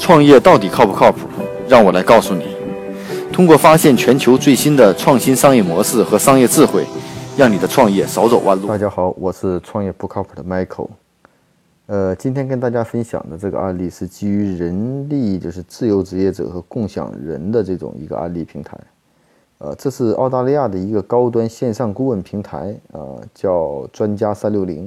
创业到底靠不靠谱？让我来告诉你。通过发现全球最新的创新商业模式和商业智慧，让你的创业少走弯路。 大家好，我是创业不靠谱的 Michael。今天跟大家分享的这个案例是基于人力，就是自由职业者和共享人的这种一个案例平台。这是澳大利亚的一个高端线上顾问平台，叫专家360，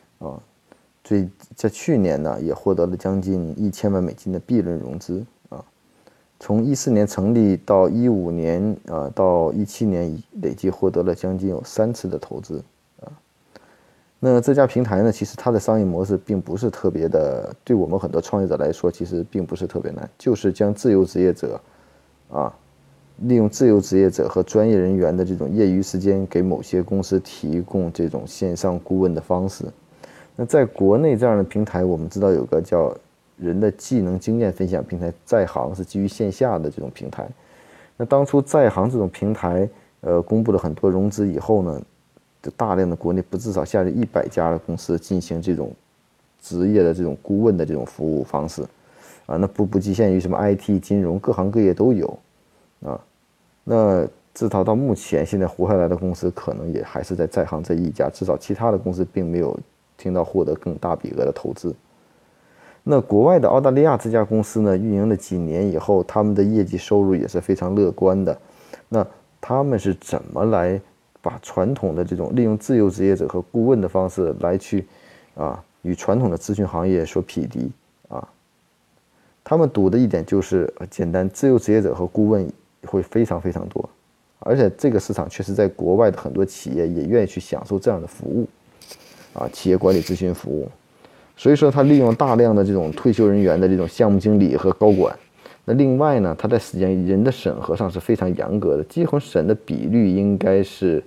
在去年呢也获得了将近1000万美金的 B 轮融资啊。从14年成立到15年到17年，累计获得了将近有3次的投资啊。那这家平台呢，其实它的商业模式并不是特别的，对我们很多创业者来说，其实并不是特别难，就是将自由职业者利用自由职业者和专业人员的这种业余时间，给某些公司提供这种线上顾问的方式。那在国内这样的平台，我们知道有个叫人的技能经验分享平台，在行是基于线下的这种平台。那当初在行这种平台，公布了很多融资以后呢，就大量的国内至少下去100家的公司进行这种职业的这种顾问的这种服务方式，那不局限于什么 IT、金融，各行各业都有，那至少到目前，现在活下来的公司可能也还是在行这一家，至少其他的公司并没有听到获得更大笔额的投资。那国外的澳大利亚这家公司呢，运营了几年以后，他们的业绩收入也是非常乐观的。那他们是怎么来把传统的这种利用自由职业者和顾问的方式来去与传统的咨询行业所匹敌他们赌的一点就是简单，自由职业者和顾问会非常非常多，而且这个市场确实在国外的很多企业也愿意去享受这样的服务企业管理咨询服务。所以说他利用大量的这种退休人员的这种项目经理和高管。那另外呢，他在人的审核上是非常严格的，几乎审的比率应该是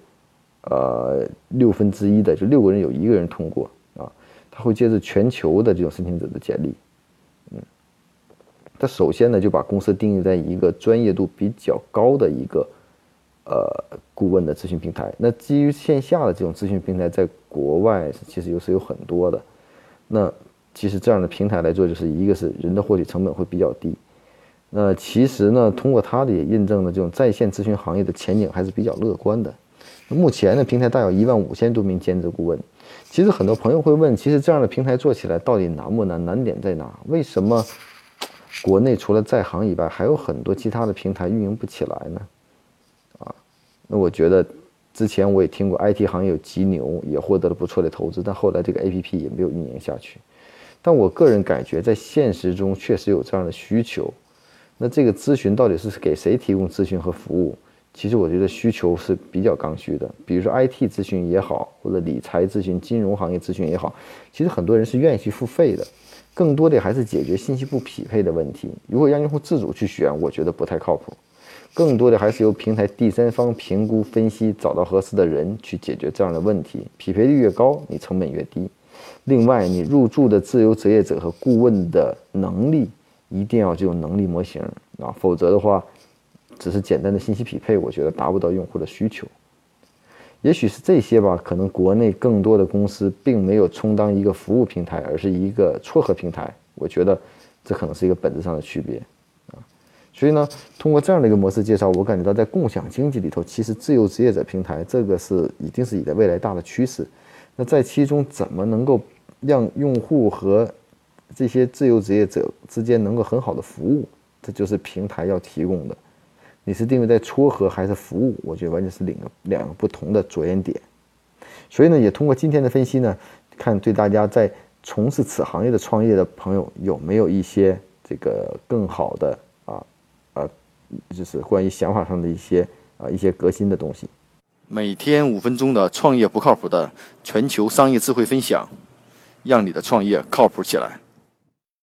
1/6的，就6个人有1个人通过他会接受全球的这种申请者的简历。他首先呢就把公司定义在一个专业度比较高的一个顾问的咨询平台。那基于线下的这种咨询平台，在国外其实有很多的。那其实这样的平台来做，就是一个是人的获取成本会比较低。那其实呢，通过它的也印证了这种在线咨询行业的前景还是比较乐观的。目前的平台大有15000多名兼职顾问。其实很多朋友会问，其实这样的平台做起来到底难不难？难点在哪？为什么国内除了在行以外，还有很多其他的平台运营不起来呢？那我觉得之前我也听过 IT 行业有极牛，也获得了不错的投资，但后来这个 APP 也没有运营下去。但我个人感觉，在现实中确实有这样的需求。那这个咨询到底是给谁提供咨询和服务？其实我觉得需求是比较刚需的。比如说 IT 咨询也好，或者理财咨询、金融行业咨询也好，其实很多人是愿意去付费的。更多的还是解决信息不匹配的问题。如果让用户自主去选，我觉得不太靠谱。更多的还是由平台第三方评估分析，找到合适的人去解决这样的问题。匹配率越高，你成本越低。另外，你入驻的自由职业者和顾问的能力一定要这种能力模型否则的话，只是简单的信息匹配，我觉得达不到用户的需求。也许是这些吧，可能国内更多的公司并没有充当一个服务平台，而是一个撮合平台。我觉得这可能是一个本质上的区别所以呢，通过这样的一个模式介绍，我感觉到在共享经济里头，其实自由职业者平台这个一定是未来大的趋势。那在其中怎么能够让用户和这些自由职业者之间能够很好的服务，这就是平台要提供的。你是定位在撮合还是服务，我觉得完全是两个不同的着眼点。所以呢，也通过今天的分析呢，看对大家在从事此行业的创业的朋友有没有一些这个更好的就是关于想法上的一些革新的东西。 每天5分钟的创业不靠谱的全球商业智慧分享，让你的创业靠谱起来。